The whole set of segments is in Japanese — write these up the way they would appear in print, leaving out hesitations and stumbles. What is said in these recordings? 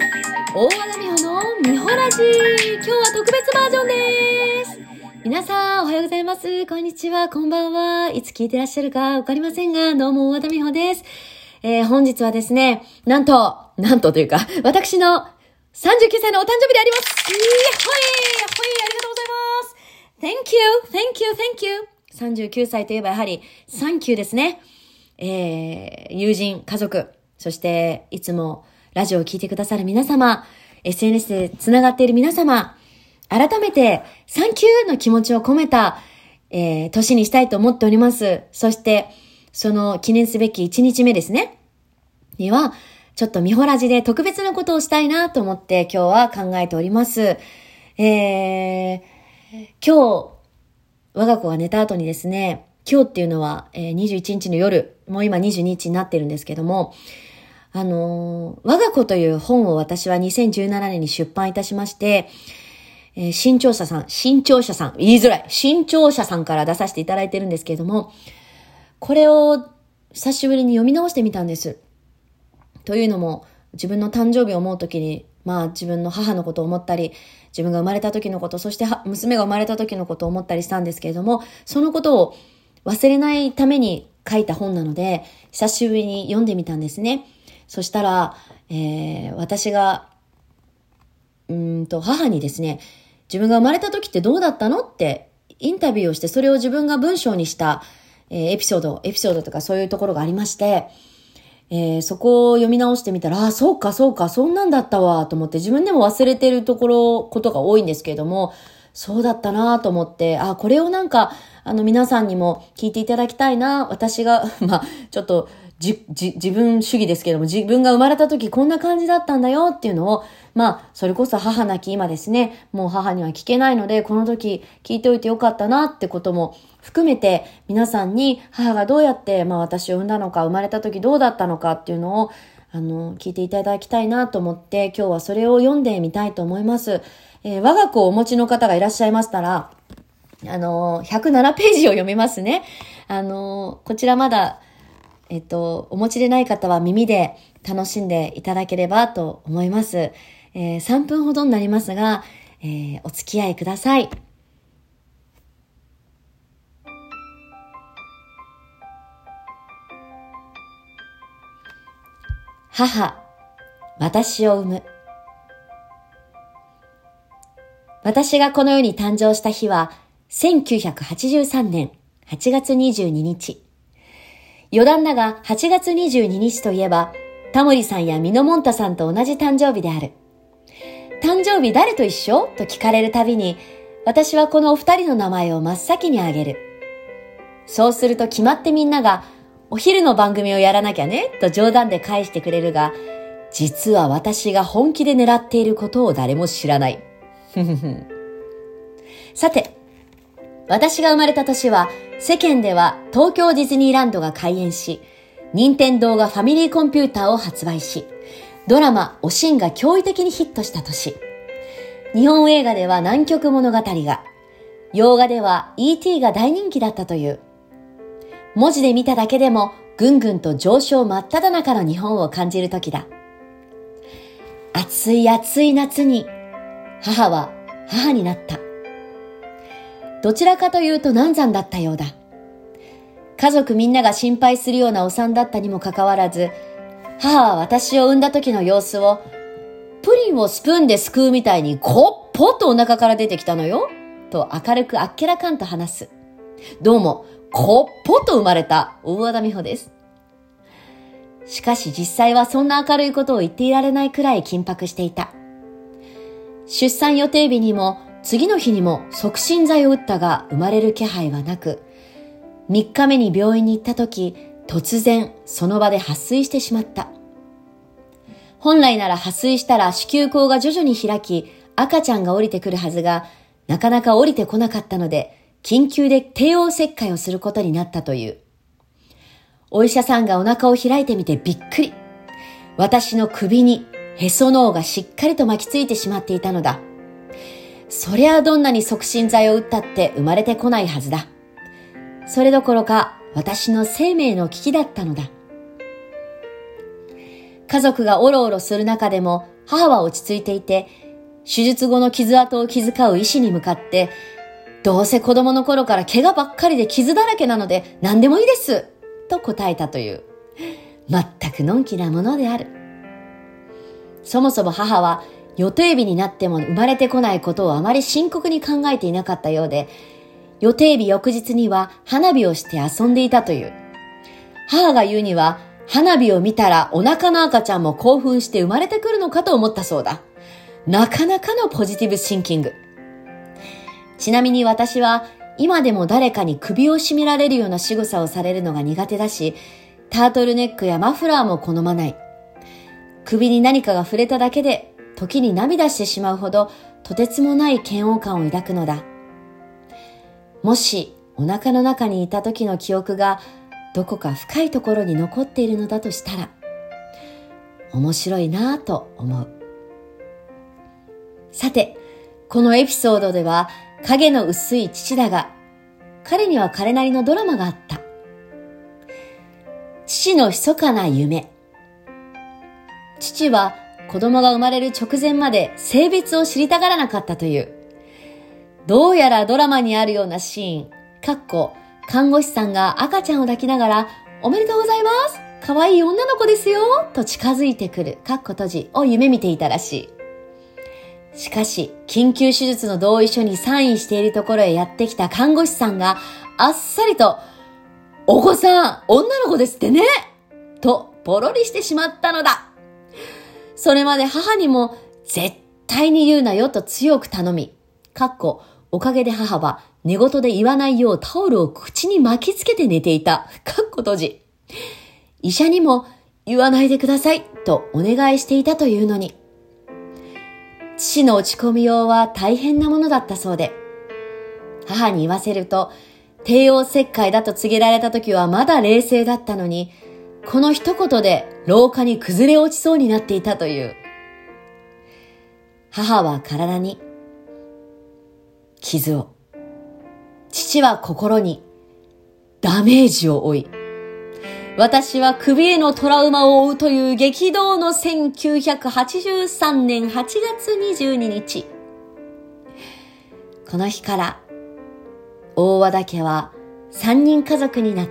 大和田美穂の美穂ラジ。今日は特別バージョンです。皆さんおはようございます。こんにちは、こんばんは。いつ聞いてらっしゃるかわかりませんが、どうも大和田美穂です。本日はですね、なんとというか、私の39歳のお誕生日であります。ほい、ありがとうございます。Thank you. 39歳といえばやはり、サンキューですね。友人、家族、そしていつもラジオを聞いてくださる皆様、SNS でつながっている皆様、改めてサンキューの気持ちを込めた、年にしたいと思っております。そして、その記念すべき1日目ですね。には、ちょっと美穂ラジで特別なことをしたいなと思って今日は考えております。今日、我が子が寝た後にですね、今日っていうのは、21日の夜、もう今22日になってるんですけども、我が子という本を私は2017年に出版いたしまして、新潮社さん、言いづらい、新潮社さんから出させていただいてるんですけれども、これを久しぶりに読み直してみたんです。というのも、自分の誕生日を思うときに、自分の母のことを思ったり、自分が生まれた時のこと、そして娘が生まれた時のことを思ったりしたんですけれども、そのことを忘れないために書いた本なので、久しぶりに読んでみたんですね。そしたら、私が、母にですね、自分が生まれた時ってどうだったのってインタビューをして、それを自分が文章にした、エピソードとかそういうところがありまして、そこを読み直してみたら、そうか、そんなんだったわ、と思って、自分でも忘れてることが多いんですけれども、そうだったなと思って、これを皆さんにも聞いていただきたいな。私が、ちょっと、自分主義ですけども、自分が生まれた時こんな感じだったんだよっていうのを、それこそ母亡き今ですね、もう母には聞けないので、この時聞いておいてよかったなってことも含めて、皆さんに母がどうやって、私を産んだのか、生まれた時どうだったのかっていうのを、聞いていただきたいなと思って、今日はそれを読んでみたいと思います。我が子をお持ちの方がいらっしゃいましたら、107ページを読みますね。こちらまだ、お持ちでない方は耳で楽しんでいただければと思います。3分ほどになりますが、お付き合いください。母、私を産む。私がこの世に誕生した日は、1983年8月22日。余談だが8月22日といえば、タモリさんやミノモンタさんと同じ誕生日である。誕生日誰と一緒と聞かれるたびに、私はこのお二人の名前を真っ先に挙げる。そうすると決まってみんなが、お昼の番組をやらなきゃね、と冗談で返してくれるが、実は私が本気で狙っていることを誰も知らない。さて、私が生まれた年は、世間では東京ディズニーランドが開園し、任天堂がファミリーコンピューターを発売し、ドラマおしんが驚異的にヒットした年。日本映画では南極物語が、洋画では E.T. が大人気だったという。文字で見ただけでもぐんぐんと上昇真っ只中の日本を感じる時だ。暑い暑い夏に、母は母になった。どちらかというと難産だったようだ。家族みんなが心配するようなお産だったにもかかわらず、母は私を産んだ時の様子を、プリンをスプーンですくうみたいにコッポッとお腹から出てきたのよ、と明るくあっけらかんと話す。どうも、コッポッと生まれた大和田美穂です。しかし実際はそんな明るいことを言っていられないくらい緊迫していた。出産予定日にも次の日にも促進剤を打ったが生まれる気配はなく、3日目に病院に行った時、突然その場で破水してしまった。本来なら破水したら子宮口が徐々に開き、赤ちゃんが降りてくるはずが、なかなか降りてこなかったので、緊急で帝王切開をすることになったという。お医者さんがお腹を開いてみてびっくり。私の首にへその緒がしっかりと巻きついてしまっていたのだ。そりゃどんなに促進剤を打ったって生まれてこないはずだ。それどころか私の生命の危機だったのだ。家族がおろおろする中でも母は落ち着いていて、手術後の傷跡を気遣う医師に向かって、どうせ子供の頃から怪我ばっかりで傷だらけなので何でもいいです、と答えたという、全くのんきなものである。そもそも母は予定日になっても生まれてこないことをあまり深刻に考えていなかったようで、予定日翌日には花火をして遊んでいたという。母が言うには、花火を見たらお腹の赤ちゃんも興奮して生まれてくるのかと思ったそうだ。なかなかのポジティブシンキング。ちなみに私は今でも誰かに首を絞められるような仕草をされるのが苦手だし、タートルネックやマフラーも好まない。首に何かが触れただけで時に涙してしまうほどとてつもない嫌悪感を抱くのだ。もしお腹の中にいた時の記憶がどこか深いところに残っているのだとしたら、面白いなぁと思う。さて、このエピソードでは影の薄い父だが、彼には彼なりのドラマがあった。父の密かな夢。父は子供が生まれる直前まで性別を知りたがらなかったという。どうやらドラマにあるようなシーン、看護師さんが赤ちゃんを抱きながら、おめでとうございます、可愛い女の子ですよ、と近づいてくる、を夢見ていたらしい。しかし、緊急手術の同意書にサインしているところへやってきた看護師さんが、あっさりと、お子さん、女の子ですってね、とポロリしてしまったのだ。それまで母にも、絶対に言うなよと強く頼み、おかげで母は寝言で言わないようタオルを口に巻きつけて寝ていた。医者にも言わないでくださいとお願いしていたというのに。父の落ち込みようは大変なものだったそうで、母に言わせると、帝王切開だと告げられた時はまだ冷静だったのに、この一言で廊下に崩れ落ちそうになっていたという。母は体に傷を、父は心にダメージを負い、私は首へのトラウマを負うという激動の1983年8月22日。この日から大和田家は3人家族になった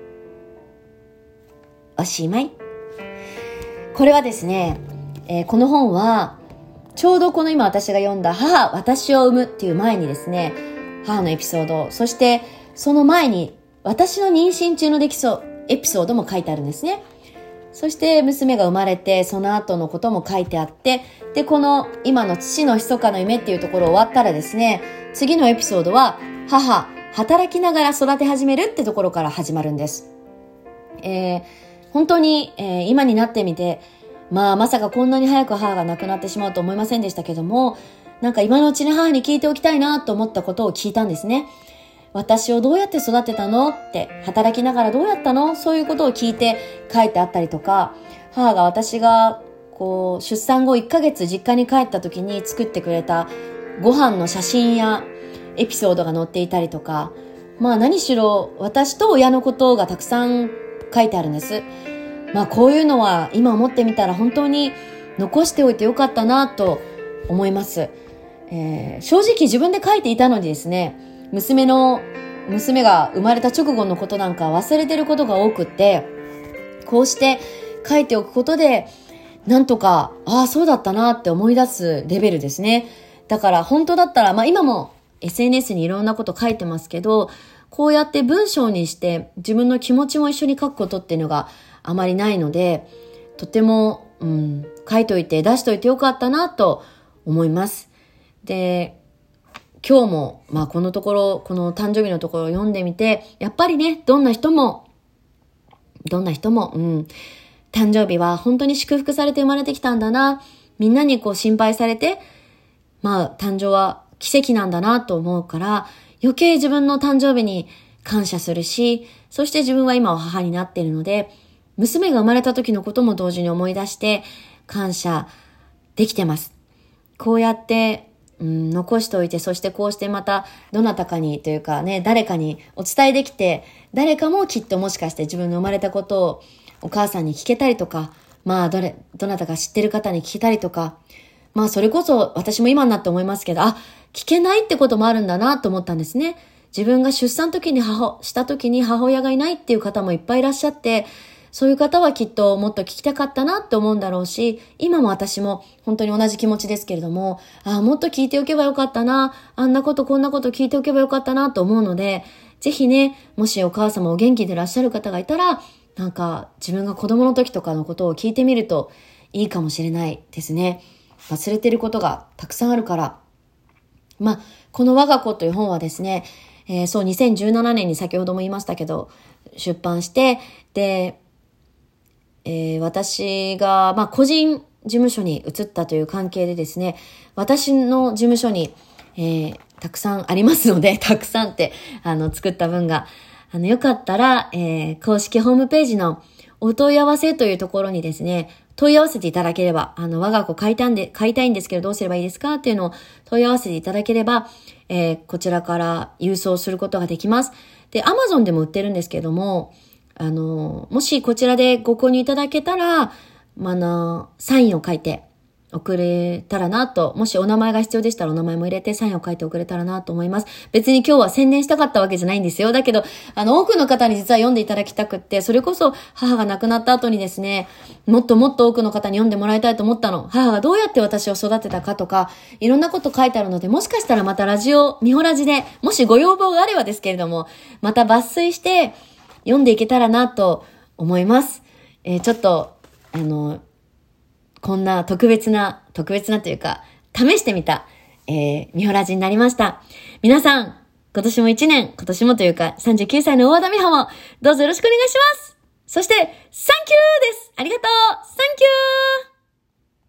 。おしまい。これはですね、この本はちょうどこの今私が読んだ私を産むっていう前にですね、母のエピソード、そしてその前に私の妊娠中のエピソードも書いてあるんですね。そして娘が生まれてその後のことも書いてあって、でこの今の父の密かな夢っていうところ終わったらですね、次のエピソードは働きながら育て始めるってところから始まるんです。本当に、今になってみて、まさかこんなに早く母が亡くなってしまうと思いませんでしたけども、なんか今のうちに母に聞いておきたいなと思ったことを聞いたんですね。私をどうやって育てたのって、働きながらどうやったの、そういうことを聞いて書いてあったりとか、母が私が出産後1ヶ月実家に帰った時に作ってくれたご飯の写真やエピソードが載っていたりとか、何しろ私と親のことがたくさん書いてあるんです。こういうのは今思ってみたら本当に残しておいてよかったなと思います。正直自分で書いていたのにですね、娘が生まれた直後のことなんか忘れてることが多くって、こうして書いておくことでなんとかそうだったなって思い出すレベルですね。だから本当だったら、今も SNS にいろんなこと書いてますけど、こうやって文章にして自分の気持ちも一緒に書くことっていうのがあまりないので、とても、書いといて出しといてよかったなと思います。で、今日も、この誕生日のところを読んでみて、やっぱりね、どんな人も、誕生日は本当に祝福されて生まれてきたんだな、みんなに心配されて、誕生は奇跡なんだなと思うから、余計自分の誕生日に感謝するし、そして自分は今は母になっているので、娘が生まれた時のことも同時に思い出して感謝できてます。こうやって、残しておいて、そしてこうしてまたどなたかにというかね、誰かにお伝えできて、誰かもきっともしかして自分の生まれたことをお母さんに聞けたりとか、 まあどなたか知ってる方に聞いたりとか、まあそれこそ私も今になって思いますけど、聞けないってこともあるんだなと思ったんですね。自分が出産した時に母親がいないっていう方もいっぱいいらっしゃって、そういう方はきっともっと聞きたかったなって思うんだろうし、今も私も本当に同じ気持ちですけれども、もっと聞いておけばよかったな、あんなことこんなこと聞いておけばよかったなと思うので、ぜひね、もしお母様お元気でいらっしゃる方がいたら、なんか自分が子供の時とかのことを聞いてみるといいかもしれないですね。忘れてることがたくさんあるから。まあ、この我が子という本はですね、そう2017年に先ほども言いましたけど、出版して、で、私が、まあ、個人事務所に移ったという関係でですね、私の事務所に、たくさんありますので、たくさんって、作った分が、よかったら、公式ホームページのお問い合わせというところにですね、問い合わせていただければ、我が子買いたいんですけどどうすればいいですかっていうのを問い合わせていただければ、こちらから郵送することができます。で、Amazon でも売ってるんですけども、もしこちらでご購入いただけたら、サインを書いて送れたらなと、もしお名前が必要でしたらお名前も入れてサインを書いて送れたらなと思います。別に今日は宣伝したかったわけじゃないんですよ。だけど、多くの方に実は読んでいただきたくって、それこそ母が亡くなった後にですね、もっともっと多くの方に読んでもらいたいと思ったの。母がどうやって私を育てたかとか、いろんなこと書いてあるので、もしかしたらまたミホラジで、もしご要望があればですけれども、また抜粋して読んでいけたらなと思います。ちょっと、こんな特別なというか、試してみた、ミホラジになりました。皆さん、今年もというか、39歳の大和田美穂も、どうぞよろしくお願いします。そして、サンキューです。ありがとう。サンキュー。